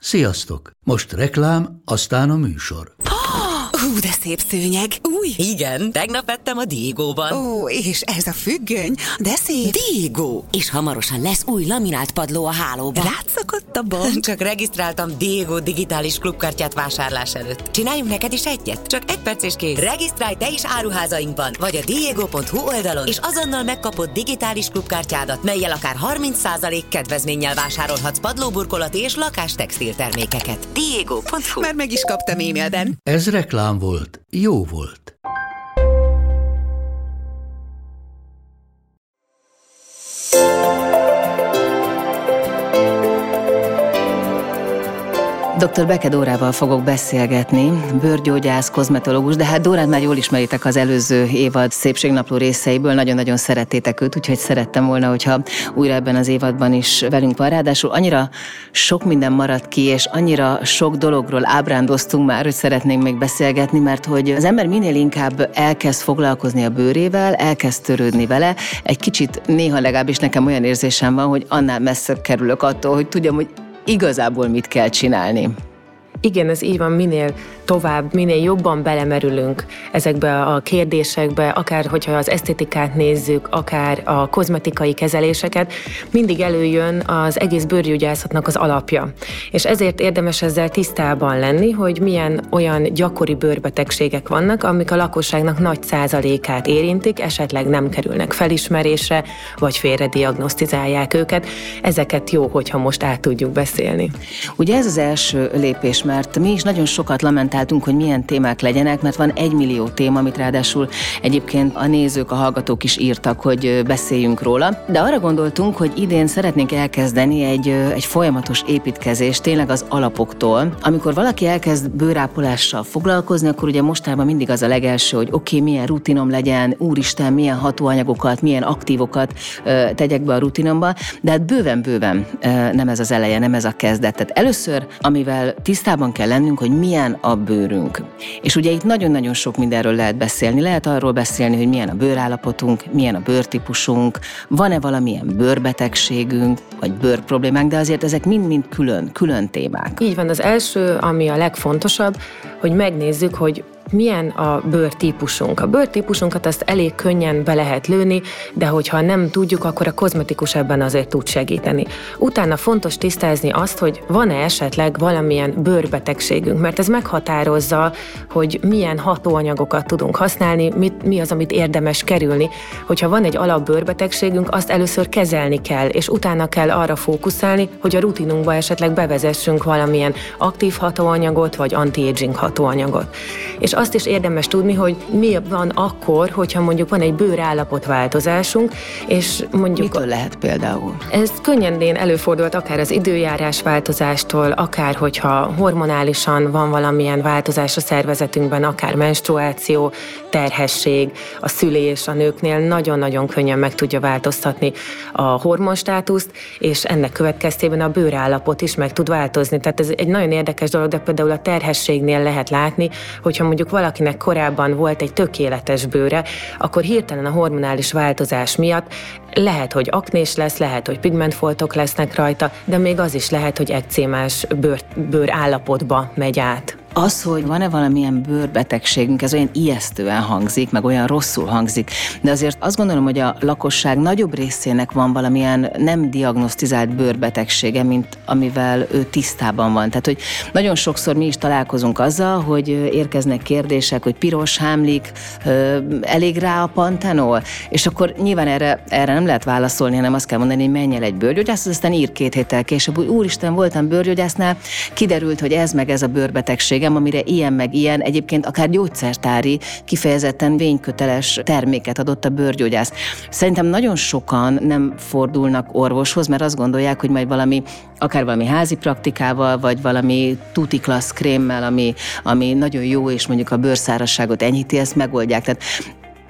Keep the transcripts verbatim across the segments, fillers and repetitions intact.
Sziasztok! Most reklám, aztán a műsor. Hú, de szép szőnyeg. Új? Igen, tegnap vettem a Diegóban. Ó, és ez a függöny, de szép. Diegó! És hamarosan lesz új laminált padló a hálóban. Rátszakadt a bank. Csak regisztráltam Diegó digitális klubkártyát vásárlás előtt. Csináljunk neked is egyet? Csak egy perc és kész. Regisztrálj te is áruházainkban, vagy a diego pont hu oldalon, és azonnal megkapod digitális klubkártyádat, mellyel akár harminc százalék kedvezménnyel vásárolhatsz padlóburkolati és lakástextil termékeket. diego pont hu. Már meg is kaptam e-mailben. Ez reklám volt, jó volt. doktor Beke Dórával fogok beszélgetni, bőrgyógyász, kozmetológus, de hát Dórát már jól ismeritek az előző évad szépségnapló részeiből, nagyon-nagyon szerettétek őt, úgyhogy szerettem volna, hogyha újra ebben az évadban is velünk van. Ráadásul annyira sok minden maradt ki, és annyira sok dologról ábrándoztunk már, hogy szeretnénk még beszélgetni, mert hogy az ember minél inkább elkezd foglalkozni a bőrével, elkezd törődni vele, egy kicsit néha legalábbis nekem olyan érzésem van, hogy annál messzebb kerülök attól, hogy tudjam, hogy igazából mit kell csinálni. Igen, ez így van, minél tovább, minél jobban belemerülünk ezekbe a kérdésekbe, akár hogyha az esztétikát nézzük, akár a kozmetikai kezeléseket, mindig előjön az egész bőrgyógyászatnak az alapja. És ezért érdemes ezzel tisztában lenni, hogy milyen olyan gyakori bőrbetegségek vannak, amik a lakosságnak nagy százalékát érintik, esetleg nem kerülnek felismerésre, vagy félre diagnosztizálják őket. Ezeket jó, hogyha most át tudjuk beszélni. Ugye ez az első lépés, mert mi is nagyon sokat lamentáltunk, hogy milyen témák legyenek, mert van egy millió téma, amit ráadásul egyébként a nézők, a hallgatók is írtak, hogy beszéljünk róla. De arra gondoltunk, hogy idén szeretnénk elkezdeni egy, egy folyamatos építkezést, tényleg az alapoktól. Amikor valaki elkezd bőrápolással foglalkozni, akkor ugye mostában mindig az a legelső, hogy oké, okay, milyen rutinom legyen, úristen, milyen hatóanyagokat, milyen aktívokat ö, tegyek be a rutinomba, de hát bőven-bőven ö, nem ez az eleje, nem ez a kezdet. Tehát először, amivel tisztában kell lennünk, hogy milyen a bőrünk. És ugye itt nagyon-nagyon sok mindenről lehet beszélni. Lehet arról beszélni, hogy milyen a bőrállapotunk, milyen a bőrtípusunk, van-e valamilyen bőrbetegségünk, vagy bőrproblémánk, de azért ezek mind-mind külön, külön témák. Így van, az első, ami a legfontosabb, hogy megnézzük, hogy milyen a bőrtípusunk. A bőrtípusunkat azt elég könnyen be lehet lőni, de hogyha nem tudjuk, akkor a kozmetikus ebben azért tud segíteni. Utána fontos tisztázni azt, hogy van-e esetleg valamilyen bőrbetegségünk, mert ez meghatározza, hogy milyen hatóanyagokat tudunk használni, mit, mi az, amit érdemes kerülni. Hogyha van egy alapbőrbetegségünk, azt először kezelni kell, és utána kell arra fókuszálni, hogy a rutinunkba esetleg bevezessünk valamilyen aktív hatóanyagot, vagy anti-aging hatóanyagot. És azt is érdemes tudni, hogy mi van akkor, hogyha mondjuk van egy bőrállapotváltozásunk, és mondjuk... Mitől lehet például? Ez könnyedén előfordult akár az időjárás változástól, akár hogyha hormonálisan van valamilyen változás a szervezetünkben, akár menstruáció, terhesség, a szülés a nőknél nagyon-nagyon könnyen meg tudja változtatni a hormonstátuszt, és ennek következtében a bőrállapot is meg tud változni. Tehát ez egy nagyon érdekes dolog, de például a terhességnél lehet látni, hogyha mondjuk valakinek korábban volt egy tökéletes bőre, akkor hirtelen a hormonális változás miatt lehet, hogy aknés lesz, lehet, hogy pigmentfoltok lesznek rajta, de még az is lehet, hogy ekcémás bőr, bőr állapotba megy át. Az, hogy van-e valamilyen bőrbetegségünk, ez olyan ijesztően hangzik, meg olyan rosszul hangzik, de azért azt gondolom, hogy a lakosság nagyobb részének van valamilyen nem diagnosztizált bőrbetegsége, mint amivel ő tisztában van. Tehát, hogy nagyon sokszor mi is találkozunk azzal, hogy érkeznek kérdések, hogy piros hámlik, elég rá a pantenol, és akkor nyilván erre, erre nem lehet válaszolni, hanem azt kell mondani, hogy menj el egy bőrgyógyászhoz, aztán ír két héttel később, hogy úristen, voltam bőrgyógyásznál, kiderült, hogy ez meg ez a bőrbetegség, amire ilyen meg ilyen, egyébként akár gyógyszertári, kifejezetten vényköteles terméket adott a bőrgyógyász. Szerintem nagyon sokan nem fordulnak orvoshoz, mert azt gondolják, hogy majd valami, akár valami házi praktikával, vagy valami tuti klassz krémmel, ami, ami nagyon jó, és mondjuk a bőrszárazságot enyhíti, ezt megoldják. Tehát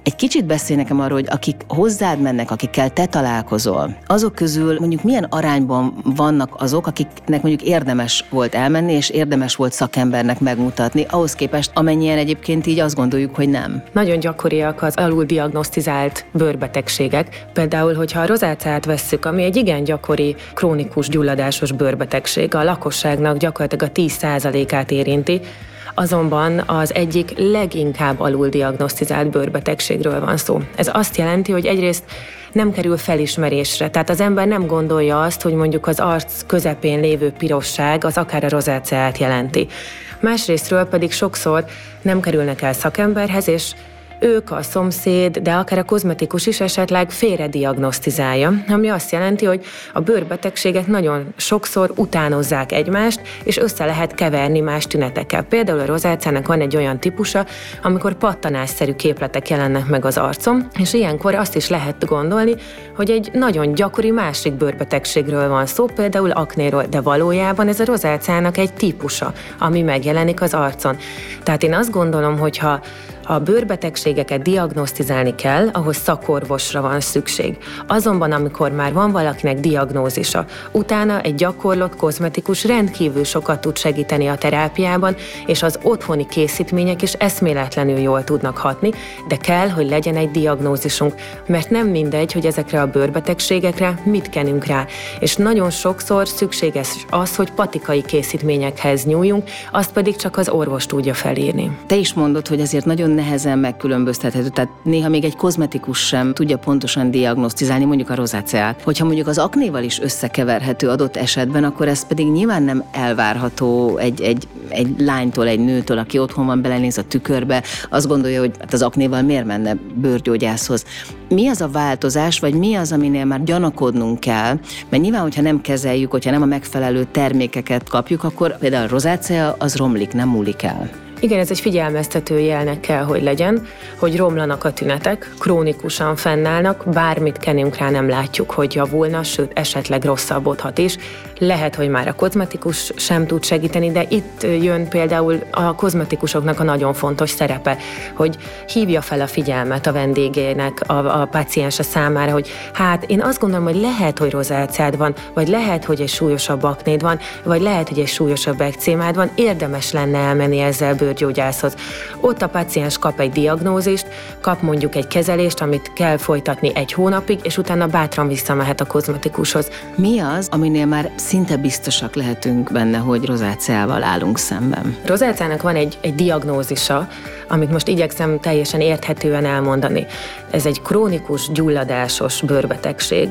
Egy kicsit beszélj nekem arról, hogy akik hozzád mennek, akikkel te találkozol, azok közül mondjuk milyen arányban vannak azok, akiknek mondjuk érdemes volt elmenni, és érdemes volt szakembernek megmutatni, ahhoz képest, amennyien egyébként így azt gondoljuk, hogy nem. Nagyon gyakoriak az aluldiagnosztizált bőrbetegségek. Például, hogyha a rozáceát vesszük, ami egy igen gyakori krónikus gyulladásos bőrbetegség, a lakosságnak gyakorlatilag a tíz százalékát érinti, azonban az egyik leginkább aluldiagnosztizált bőrbetegségről van szó. Ez azt jelenti, hogy egyrészt nem kerül felismerésre, tehát az ember nem gondolja azt, hogy mondjuk az arc közepén lévő pirosság az akár a rozáceát jelenti. Másrésztről pedig sokszor nem kerülnek el szakemberhez, és ők, a szomszéd, de akár a kozmetikus is esetleg félrediagnosztizálja, ami azt jelenti, hogy a bőrbetegségek nagyon sokszor utánozzák egymást, és össze lehet keverni más tünetekkel. Például a rozáceának van egy olyan típusa, amikor pattanásszerű képletek jelennek meg az arcon, és ilyenkor azt is lehet gondolni, hogy egy nagyon gyakori másik bőrbetegségről van szó, például aknéról, de valójában ez a rozáceának egy típusa, ami megjelenik az arcon. Tehát én azt gondolom, hogyha ha a bőrbetegségeket diagnosztizálni kell, ahhoz szakorvosra van szükség. Azonban, amikor már van valakinek diagnózisa, utána egy gyakorlott kozmetikus rendkívül sokat tud segíteni a terápiában, és az otthoni készítmények is eszméletlenül jól tudnak hatni, de kell, hogy legyen egy diagnózisunk, mert nem mindegy, hogy ezekre a bőrbetegségekre mit kenünk rá, és nagyon sokszor szükséges az, hogy patikai készítményekhez nyúljunk, azt pedig csak az orvos tudja felírni. Te is mondod, hogy azért nagyon nehezen megkülönböztethető, tehát néha még egy kozmetikus sem tudja pontosan diagnosztizálni mondjuk a rozáceát. Hogyha mondjuk az aknéval is összekeverhető adott esetben, akkor ez pedig nyilván nem elvárható egy, egy, egy lánytól, egy nőtől, aki otthon van, belenéz a tükörbe, azt gondolja, hogy hát az aknéval miért menne bőrgyógyászhoz. Mi az a változás, vagy mi az, aminél már gyanakodnunk kell? Mert nyilván, hogyha nem kezeljük, hogyha nem a megfelelő termékeket kapjuk, akkor például a rozácea az romlik, nem múlik el. Igen, ez egy figyelmeztető jelnek kell, hogy legyen, hogy romlanak a tünetek, krónikusan fennállnak, bármit kenünk rá, nem látjuk, hogy javulna, sőt, esetleg rosszabbodhat is. Lehet, hogy már a kozmetikus sem tud segíteni, de itt jön például a kozmetikusoknak a nagyon fontos szerepe, hogy hívja fel a figyelmet a vendégének, a, a páciense számára, hogy hát én azt gondolom, hogy lehet, hogy rozáceád van, vagy lehet, hogy egy súlyosabb aknéd van, vagy lehet, hogy egy súlyosabb ekcémád van, érdemes lenne elmenni ezzel bőrgyógyászhoz. Ott a páciens kap egy diagnózist, kap mondjuk egy kezelést, amit kell folytatni egy hónapig, és utána bátran visszamehet a kozmetikushoz. Mi az, aminél már szinte biztosak lehetünk benne, hogy rozáceával állunk szemben? Rozáceának van egy, egy diagnózisa, amit most igyekszem teljesen érthetően elmondani. Ez egy krónikus gyulladásos bőrbetegség,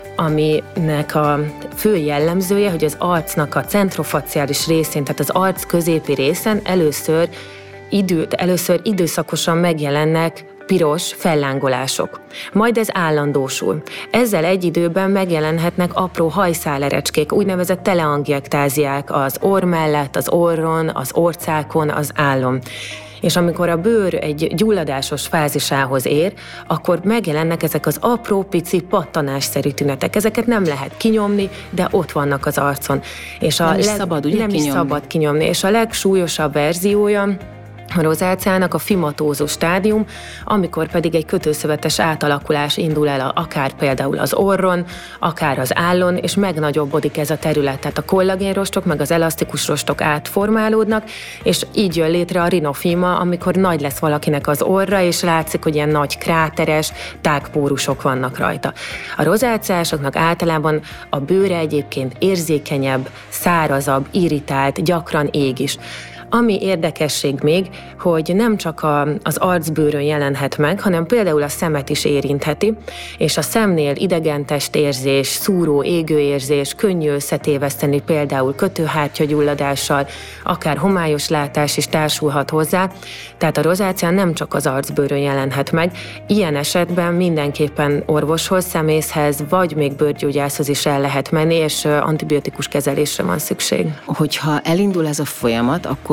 aminek a fő jellemzője, hogy az arcnak a centrofaciális részén, tehát az arc középi részen először, idő, először időszakosan megjelennek piros fellángolások. Majd ez állandósul. Ezzel egy időben megjelenhetnek apró hajszálerecskék, úgynevezett teleangiektáziák az orr mellett, az orron, az orcákon, az állon. És amikor a bőr egy gyulladásos fázisához ér, akkor megjelennek ezek az apró, pici, pattanásszerű tünetek. Ezeket nem lehet kinyomni, de ott vannak az arcon. És a nem is leg... szabad, ugye, Nem kinyomni? is szabad kinyomni. És a legsúlyosabb verziója a rozáceának a fimatózus stádium, amikor pedig egy kötőszövetes átalakulás indul el akár például az orron, akár az állon, és megnagyobbodik ez a terület, tehát a kollagénrostok meg az elasztikus rostok átformálódnak, és így jön létre a rinofíma, amikor nagy lesz valakinek az orra, és látszik, hogy ilyen nagy kráteres, tágpórusok vannak rajta. A rozáceásoknak általában a bőre egyébként érzékenyebb, szárazabb, irritált, gyakran ég is. Ami érdekesség még, hogy nem csak a, az arcbőrön jelenhet meg, hanem például a szemet is érintheti, és a szemnél idegentestérzés, szúró, égőérzés, könnyű összetéveszteni például kötőhártyagyulladással, akár homályos látás is társulhat hozzá, tehát a rozácea nem csak az arcbőrön jelenhet meg, ilyen esetben mindenképpen orvoshoz, szemészhez, vagy még bőrgyógyászhoz is el lehet menni, és antibiotikus kezelésre van szükség. Hogyha elindul ez a folyamat, akkor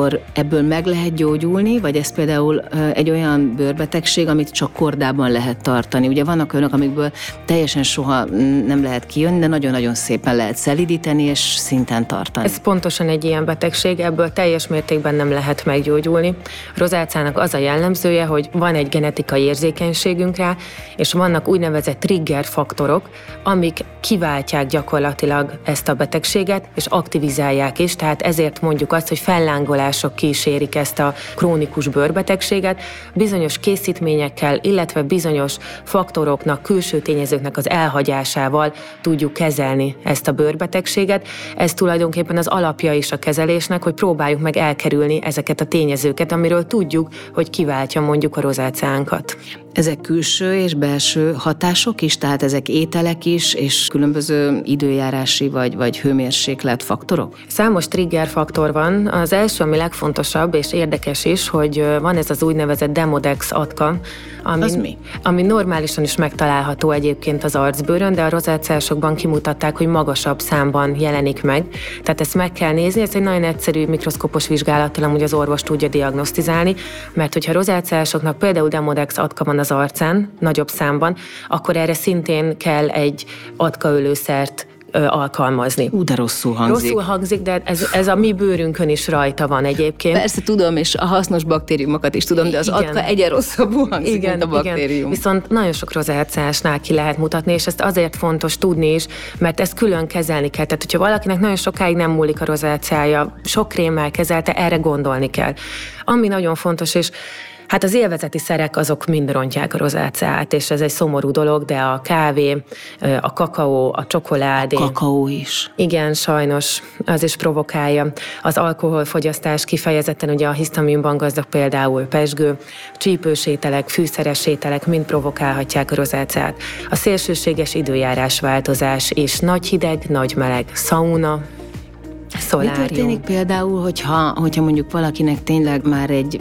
akkor ebből meg lehet gyógyulni, vagy ez például egy olyan bőrbetegség, amit csak kordában lehet tartani. Ugye vannak olyanok, amikből teljesen soha nem lehet kijönni, de nagyon-nagyon szépen lehet szelídíteni és szinten tartani. Ez pontosan egy ilyen betegség, ebből teljes mértékben nem lehet meggyógyulni. A rozáceának az a jellemzője, hogy van egy genetikai érzékenységünk rá, és vannak úgynevezett trigger faktorok, amik kiváltják gyakorlatilag ezt a betegséget, és aktivizálják is, tehát ezért mondjuk azt, hogy fellángolások kísérik ezt a krónikus bőrbetegséget, bizonyos készítményekkel, illetve bizonyos faktoroknak, külső tényezőknek az elhagyásával tudjuk kezelni ezt a bőrbetegséget. Ez tulajdonképpen az alapja is a kezelésnek, hogy próbáljuk meg elkerülni ezeket a tényezőket, amiről tudjuk, hogy kiváltja mondjuk a rozáceánkat. Ezek külső és belső hatások is, tehát ezek ételek is, és különböző időjárási vagy, vagy hőmérséklet faktorok? Számos trigger faktor van. Az első, ami legfontosabb és érdekes is, hogy van ez az úgynevezett Demodex atka, ami, az mi? ami normálisan is megtalálható egyébként az arcbőrön, de a rozáceásokban kimutatták, hogy magasabb számban jelenik meg. Tehát ezt meg kell nézni, ez egy nagyon egyszerű mikroszkópos vizsgálattal amúgy az orvos tudja diagnosztizálni, mert hogyha rozáceásoknak például Demodex atka van az arcán, nagyobb számban, akkor erre szintén kell egy atkaölőszert alkalmazni. Ú, de rosszul hangzik. Rosszul hangzik, de ez, ez a mi bőrünkön is rajta van egyébként. Persze tudom, és a hasznos baktériumokat is tudom, de az igen. atka egyen rosszabbul hangzik, igen, mint a baktérium. Igen. Viszont nagyon sok rozáceásnál ki lehet mutatni, és ezt azért fontos tudni is, mert ezt külön kezelni kell. Tehát, hogyha valakinek nagyon sokáig nem múlik a rozáceája, sok krémmel kezelte, erre gondolni kell. Ami nagyon fontos, és hát az élvezeti szerek azok mind rontják a rozáceát, és ez egy szomorú dolog, de a kávé, a kakaó, a csokoládé. A kakaó is. Igen, sajnos, az is provokálja. Az alkoholfogyasztás kifejezetten ugye a hisztaminban gazdag, például pezsgő, csípős ételek, fűszeres ételek mind provokálhatják a rozáceát. A szélsőséges időjárásváltozás és nagy hideg, nagy meleg, szauna, szolárium. Mi történik például, hogyha, hogyha mondjuk valakinek tényleg már egy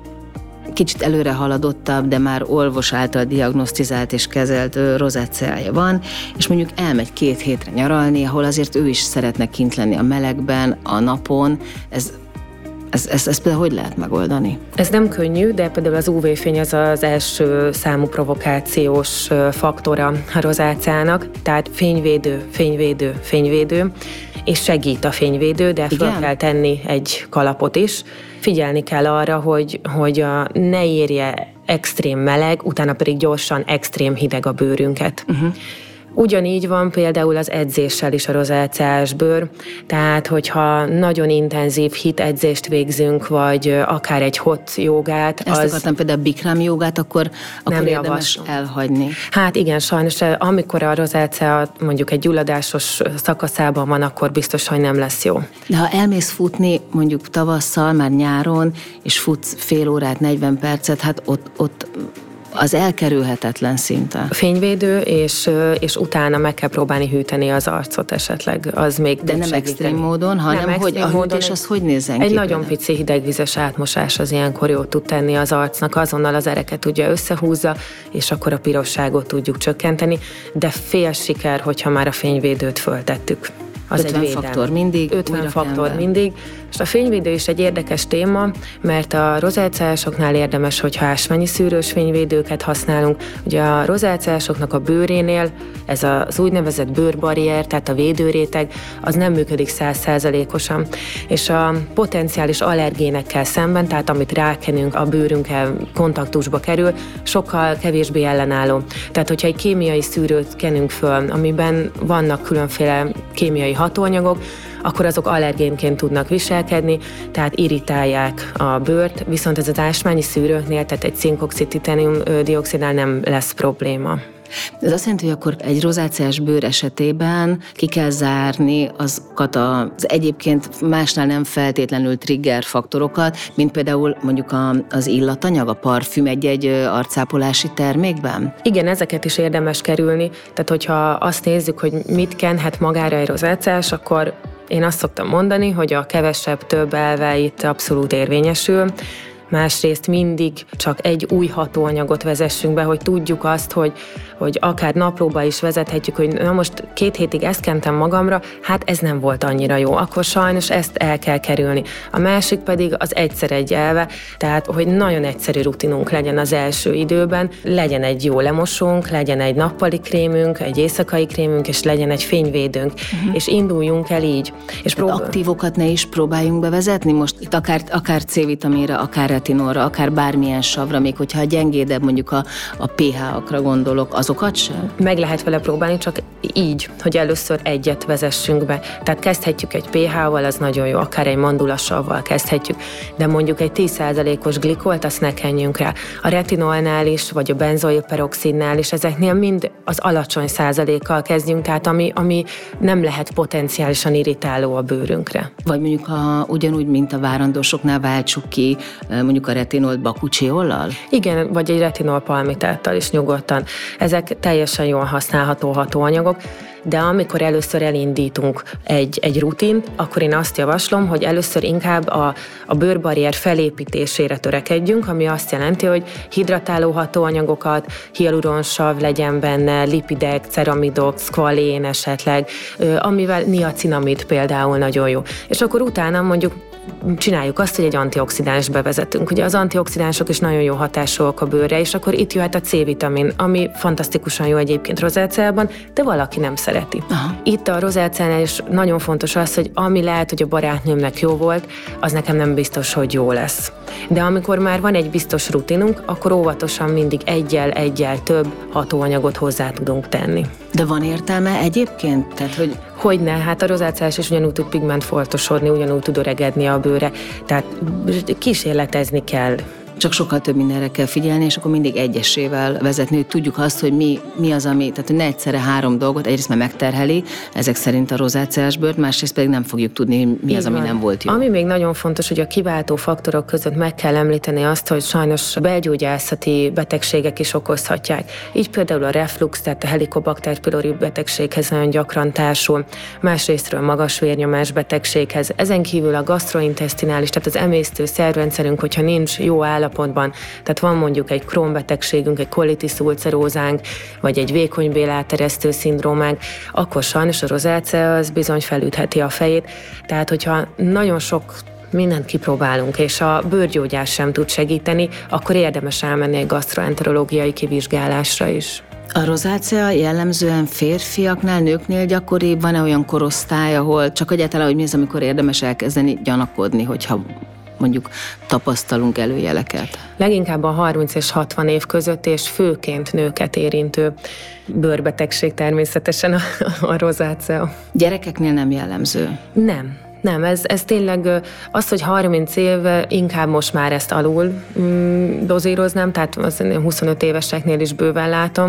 kicsit előre haladottabb, de már orvos által diagnosztizált és kezelt rozáceája van, és mondjuk elmegy két hétre nyaralni, ahol azért ő is szeretne kint lenni a melegben, a napon. Ez Ezt, ezt, ezt például hogy lehet megoldani? Ez nem könnyű, de például az ú vé-fény az az első számú provokációs faktora a rozáceának, tehát fényvédő, fényvédő, fényvédő, és segít a fényvédő, de fel Igen? kell tenni egy kalapot is. Figyelni kell arra, hogy, hogy a, ne érje extrém meleg, utána pedig gyorsan extrém hideg a bőrünket. Uh-huh. Ugyanígy van például az edzéssel is a rozáceás bőr, tehát hogyha nagyon intenzív hit edzést végzünk, vagy akár egy hot jogát. Ezt az akartam például a Bikram jogát, akkor, akkor érdemes javaslom. elhagyni. Hát igen, sajnos amikor a rozácea mondjuk egy gyulladásos szakaszában van, akkor biztos, hogy nem lesz jó. De ha elmész futni mondjuk tavasszal, már nyáron, és futsz fél órát, negyven percet, hát ott, ott az elkerülhetetlen szinte. Fényvédő, és, és utána meg kell próbálni hűteni az arcot esetleg. Az még De nem extrém módon, hanem nem hogy a hűtés az hogy nézzen ki? Egy ki nagyon például? pici hidegvizes átmosás az ilyenkor jót tud tenni az arcnak, azonnal az ereket ugye összehúzza, és akkor a pirosságot tudjuk csökkenteni, de fél siker, hogyha már a fényvédőt föltettük. Az ötven egy faktor mindig. ötven faktor mindig. És a fényvédő is egy érdekes téma, mert a rozáceásoknál érdemes, hogyha ásványi szűrős fényvédőket használunk. Ugye a rozáceásoknak a bőrénél ez az úgynevezett bőrbarrier, tehát a védőréteg, az nem működik száz százalékosan. És a potenciális allergénekkel szemben, tehát amit rákenünk, a bőrünkkel kontaktusba kerül, sokkal kevésbé ellenálló. Tehát, hogyha egy kémiai szűrőt kenünk föl, amiben vannak különféle kémiai hatóanyagok, akkor azok allergénként tudnak viselkedni, tehát irritálják a bőrt, viszont ez az ásványi szűrőknél, tehát egy cinkoxid titanium-dioxidnál nem lesz probléma. Ez azt jelenti, hogy akkor egy rozáceás bőr esetében ki kell zárni azokat az egyébként másnál nem feltétlenül trigger faktorokat, mint például mondjuk a, az illatanyag, a parfüm egy-egy arcápolási termékben? Igen, ezeket is érdemes kerülni, tehát hogyha azt nézzük, hogy mit kenhet magára egy rozáceás, akkor én azt szoktam mondani, hogy a kevesebb több elve itt abszolút érvényesül, másrészt mindig csak egy új hatóanyagot vezessünk be, hogy tudjuk azt, hogy, hogy akár naplóba is vezethetjük, hogy na most két hétig ezt kentem magamra, hát ez nem volt annyira jó, akkor sajnos ezt el kell kerülni. A másik pedig az egyszer egy elve, tehát hogy nagyon egyszerű rutinunk legyen az első időben, legyen egy jó lemosónk, legyen egy nappali krémünk, egy éjszakai krémünk, és legyen egy fényvédőnk, uh-huh. és induljunk el így. És prób- aktívokat ne is próbáljunk bevezetni? Most itt akár, akár C-vitaminra, akár retinolra, akár bármilyen savra, még hogyha a gyengédebb, mondjuk a, a pé há-akra gondolok, azokat sem? Meg lehet vele próbálni, csak így, hogy először egyet vezessünk be. Tehát kezdhetjük egy pé há-val, az nagyon jó, akár egy mandulasavval kezdhetjük, de mondjuk egy tíz százalékos glikolt, azt ne kenjünk rá. A retinolnál is, vagy a benzoilperoxinnál is, ezeknél mind az alacsony százalékkal kezdjünk, tehát ami, ami nem lehet potenciálisan irritáló a bőrünkre. Vagy mondjuk a, ugyanúgy, mint a várandósoknál váltsuk ki mondjuk a retinolt bakucsiollal? Igen, vagy egy retinol palmitáttal is nyugodtan. Ezek teljesen jól használható hatóanyagok, de amikor először elindítunk egy, egy rutint, akkor én azt javaslom, hogy először inkább a, a bőrbarrier felépítésére törekedjünk, ami azt jelenti, hogy hidratáló hatóanyagokat, hialuronsav legyen benne, lipidek, ceramidok, szkvalén esetleg, amivel niacinamid például nagyon jó. És akkor utána mondjuk csináljuk azt, hogy egy antioxidáns bevezetünk. Ugye az antioxidánsok is nagyon jó hatásúak a bőrre, és akkor itt jöhet a C-vitamin, ami fantasztikusan jó egyébként rozáceában, de valaki nem szereti. Aha. Itt a rozáceánál is nagyon fontos az, hogy ami lehet, hogy a barátnőmnek jó volt, az nekem nem biztos, hogy jó lesz. De amikor már van egy biztos rutinunk, akkor óvatosan mindig egyel-egyel több hatóanyagot hozzá tudunk tenni. De van értelme egyébként? Tehát, hogy Hogyne, hát a rozáceás is ugyanúgy tud pigmentfoltosodni, ugyanúgy tud öregedni a bőre, tehát kísérletezni kell. Csak sokkal több mindenre kell figyelni, és akkor mindig egyesével vezetni, hogy tudjuk azt, hogy mi, mi az, ami, tehát hogy ne egyszerre három dolgot, egyrészt már megterheli, ezek szerint a rozáceás bőrt, másrészt pedig nem fogjuk tudni, mi Így az, ami van. Nem volt jó. Ami még nagyon fontos, hogy a kiváltó faktorok között meg kell említeni azt, hogy sajnos belgyógyászati betegségek is okozhatják. Így például a reflux, tehát a Helicobacter pylori betegséghez nagyon gyakran társul, másrésztről magas vérnyomás betegséghez. Ezen kívül a gastrointestinális, tehát az emésztő szervrendszerünk, hogyha nincs jó állapotban, tehát van mondjuk egy Crohn betegségünk, egy colitis ulcerózánk, vagy egy vékony béláteresztő szindrómánk, akkor sajnos a rozácea az bizony felütheti a fejét. Tehát, hogyha nagyon sok mindent kipróbálunk, és a bőrgyógyás sem tud segíteni, akkor érdemes elmenni egy gasztroenterológiai kivizsgálásra is. A rozácea jellemzően férfiaknál, nőknél gyakoribb? Van-e olyan korosztály, ahol csak egyáltalán, hogy mi az, amikor érdemes elkezdeni gyanakodni, hogyha mondjuk tapasztalunk előjeleket? Leginkább a harminc és hatvan év között, és főként nőket érintő bőrbetegség természetesen a, a rozácea. Gyerekeknél nem jellemző? Nem. Nem, ez, ez tényleg az, hogy harminc év, inkább most már ezt alul mm, dozíroznám, tehát az huszonöt éveseknél is bőven látom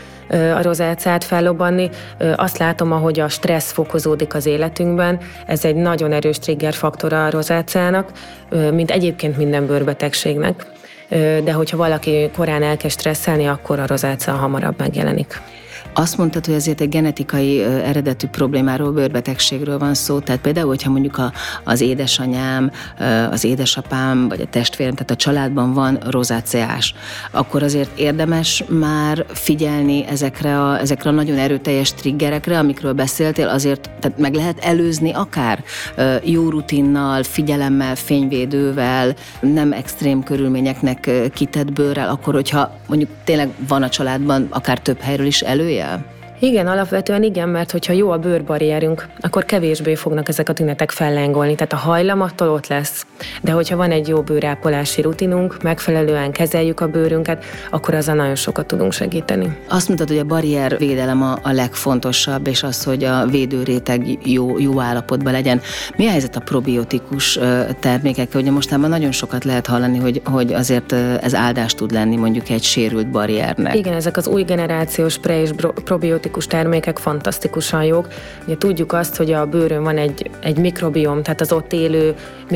a rozáceát fellobbanni. Azt látom, ahogy a stressz fokozódik az életünkben, ez egy nagyon erős triggerfaktora a rozáceának, mint egyébként minden bőrbetegségnek, de hogyha valaki korán elkezd stresszelni, akkor a rozácea hamarabb megjelenik. Azt mondtad, hogy azért egy genetikai eredetű problémáról, bőrbetegségről van szó, tehát például, hogyha mondjuk a, az édesanyám, az édesapám, vagy a testvérem, tehát a családban van rozáceás, akkor azért érdemes már figyelni ezekre a, ezekre a nagyon erőteljes triggerekre, amikről beszéltél, azért tehát meg lehet előzni akár jó rutinnal, figyelemmel, fényvédővel, nem extrém körülményeknek kitett bőrrel, akkor, hogyha mondjuk tényleg van a családban akár több helyről is elője? Igen, alapvetően igen, mert hogyha jó a bőrbarrierünk, akkor kevésbé fognak ezek a tünetek fellengolni, tehát a hajlam attól ott lesz. De hogyha van egy jó bőrápolási rutinunk, megfelelően kezeljük a bőrünket, akkor azzal nagyon sokat tudunk segíteni. Azt mondtad, hogy a barriervédelem a, a legfontosabb, és az, hogy a védőréteg jó, jó állapotban legyen. Mi a helyzet a probiotikus termékekkel? Ugye mostában nagyon sokat lehet hallani, hogy, hogy azért ez áldás tud lenni mondjuk egy sérült barriernek. Igen, ezek az új generációs pre- és probiotikus termékek fantasztikusan jók. Ugye tudjuk azt, hogy a bőrön van egy, egy mikrobiom, tehát az ott élő mikroorganizmusok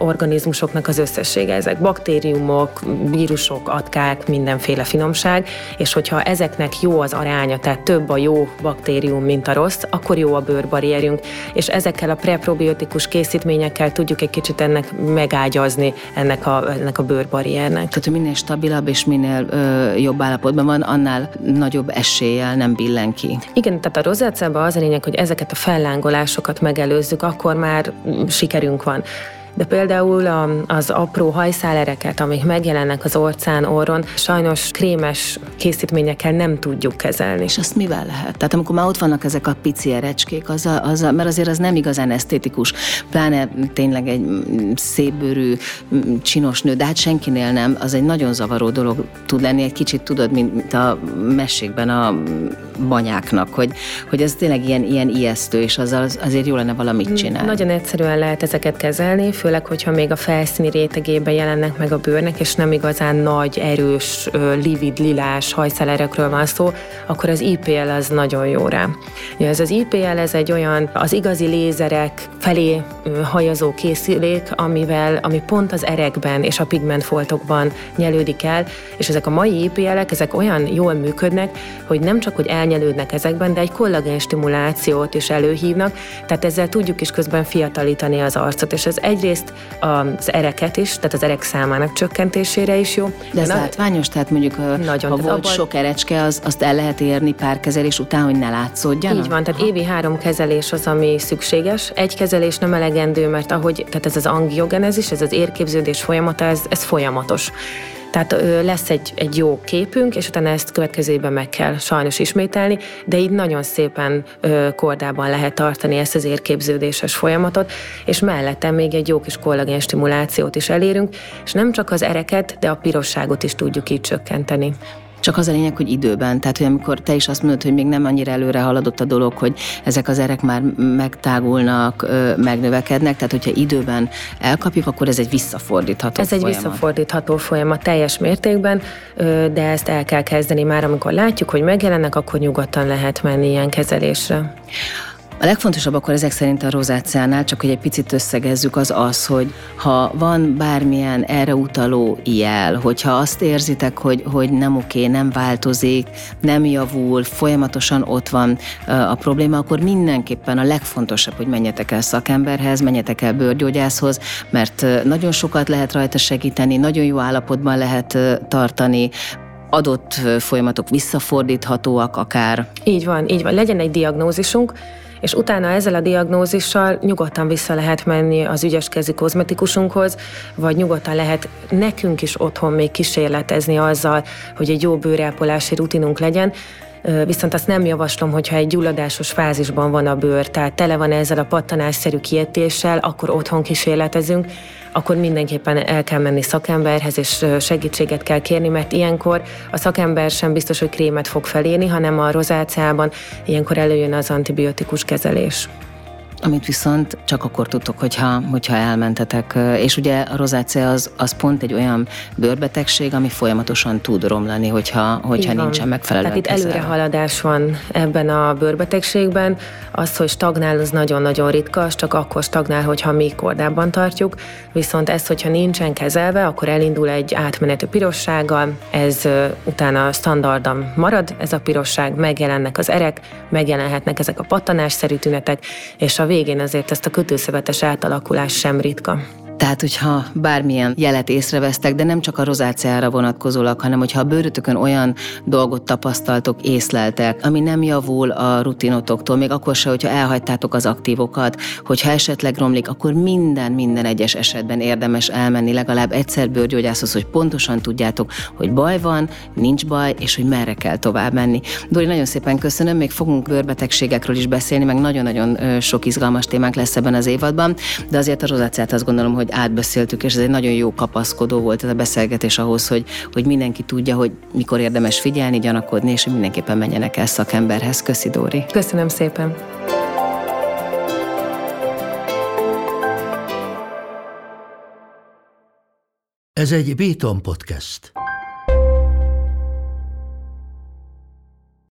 organizmusoknak az összessége. Ezek baktériumok, vírusok, atkák, mindenféle finomság, és hogyha ezeknek jó az aránya, tehát több a jó baktérium, mint a rossz, akkor jó a bőrbarrierünk, és ezekkel a preprobiotikus készítményekkel tudjuk egy kicsit ennek megágyazni ennek a, ennek a bőrbarriernek. Tehát, hogy minél stabilabb és minél ö, jobb állapotban van, annál nagyobb eséllyel nem billen ki. Igen, tehát a rozáceában az a lényeg, hogy ezeket a fellángolásokat megelőzzük, akkor már sikerünk van. De például az apró hajszálereket, amik megjelennek az orcán, orron, sajnos krémes készítményekkel nem tudjuk kezelni. És azt mivel lehet? Tehát amikor már ott vannak ezek a pici erecskék, az a, az a, mert azért az nem igazán esztétikus, pláne tényleg egy szépbőrű, csinos nő, de hát senkinél nem, az egy nagyon zavaró dolog tud lenni, egy kicsit tudod, mint a mesékben a banyáknak, hogy, hogy ez tényleg ilyen, ilyen ijesztő, és azzal azért jó lenne valamit csinálni. Nagyon egyszerűen lehet ezeket kezelni, főleg, hogyha még a felszíni rétegében jelennek meg a bőrnek, és nem igazán nagy, erős, livid, lilás hajszálerekről van szó, akkor az i pé el az nagyon jó rá. Ja, ez az i pé el, ez egy olyan, az igazi lézerek felé hajazó készülék, amivel, ami pont az erekben és a pigmentfoltokban nyelődik el, és ezek a mai i pé elek, ezek olyan jól működnek, hogy nem csak, hogy elnyelődnek ezekben, de egy kollagén stimulációt is előhívnak, tehát ezzel tudjuk is közben fiatalítani az arcot, és ez egyrészt az ereket is, tehát az erek számának csökkentésére is jó. De ez Na, látványos, tehát mondjuk nagyon, ha volt abban sok erecske, az, azt el lehet érni pár kezelés után, hogy ne látszódjanak? Így van, tehát évi három kezelés az, ami szükséges. Egy kezelés nem elegendő, mert ahogy, tehát ez az angiogenezis, ez az érképződés folyamata, ez, ez folyamatos. Tehát ö, lesz egy, egy jó képünk, és utána ezt következőben meg kell sajnos ismételni, de így nagyon szépen ö, kordában lehet tartani ezt az érképződéses folyamatot, és mellette még egy jó kis kollagén stimulációt is elérünk, és nem csak az ereket, de a pirosságot is tudjuk így csökkenteni. Csak az a lényeg, hogy időben, tehát hogy amikor te is azt mondod, hogy még nem annyira előre haladott a dolog, hogy ezek az erek már megtágulnak, megnövekednek, tehát hogyha időben elkapjuk, akkor ez egy visszafordítható ez folyamat. Ez egy visszafordítható folyamat teljes mértékben, de ezt el kell kezdeni már, amikor látjuk, hogy megjelennek, akkor nyugodtan lehet menni ilyen kezelésre. A legfontosabb akkor ezek szerint a rozáceánál, csak hogy egy picit összegezzük, az az, hogy ha van bármilyen erre utaló jel, hogyha azt érzitek, hogy, hogy nem oké, nem változik, nem javul, folyamatosan ott van a probléma, akkor mindenképpen a legfontosabb, hogy menjetek el szakemberhez, menjetek el bőrgyógyászhoz, mert nagyon sokat lehet rajta segíteni, nagyon jó állapotban lehet tartani, adott folyamatok visszafordíthatóak akár. Így van, így van. Legyen egy diagnózisunk, és utána ezzel a diagnózissal nyugodtan vissza lehet menni az ügyeskezi kozmetikusunkhoz, vagy nyugodtan lehet nekünk is otthon még kísérletezni azzal, hogy egy jó bőrápolási rutinunk legyen. Viszont azt nem javaslom, hogyha egy gyulladásos fázisban van a bőr, tehát tele van ezzel a pattanásszerű kiétéssel, akkor otthon kísérletezünk, akkor mindenképpen el kell menni szakemberhez, és segítséget kell kérni, mert ilyenkor a szakember sem biztos, hogy krémet fog felírni, hanem a rozáceában ilyenkor előjön az antibiotikus kezelés. Amit viszont csak akkor tudtok, hogyha, hogyha elmentetek. És ugye a rozácea az, az pont egy olyan bőrbetegség, ami folyamatosan tud romlani, hogyha, hogyha nincsen megfelelően Tehát itt kezelve. előrehaladás van ebben a bőrbetegségben. Az, hogy stagnál, az nagyon-nagyon ritka, az csak akkor stagnál, hogyha mi kordában tartjuk. Viszont ez, hogyha nincsen kezelve, akkor elindul egy átmenetű pirossággal, ez utána standardan marad, ez a pirosság, megjelennek az erek, megjelenhetnek ezek a pattanásszerű tünetek, és a végén azért ezt a kötőszövetes átalakulás sem ritka. Tehát, hogyha bármilyen jelet észrevesztek, de nem csak a rozáceára vonatkozólag, hanem hogyha a bőrötökön olyan dolgot tapasztaltok, észleltek, ami nem javul a rutinotoktól, még akkor se, hogyha elhagytátok az aktívokat, hogyha esetleg romlik, akkor minden, minden egyes esetben érdemes elmenni legalább egyszer bőrgyógyászhoz, hogy pontosan tudjátok, hogy baj van, nincs baj, és hogy merre kell tovább menni. Dóri, nagyon szépen köszönöm, még fogunk bőrbetegségekről is beszélni, meg nagyon-nagyon sok izgalmas témánk lesz ebben az évadban, de azért a rozáceát azt gondolom, hogy átbeszéltük, és ez egy nagyon jó kapaszkodó volt ez a beszélgetés ahhoz, hogy, hogy mindenki tudja, hogy mikor érdemes figyelni, gyanakodni, és hogy mindenképpen menjenek el szakemberhez. Köszi, Dóri. Köszönöm szépen. Ez egy Béton Podcast.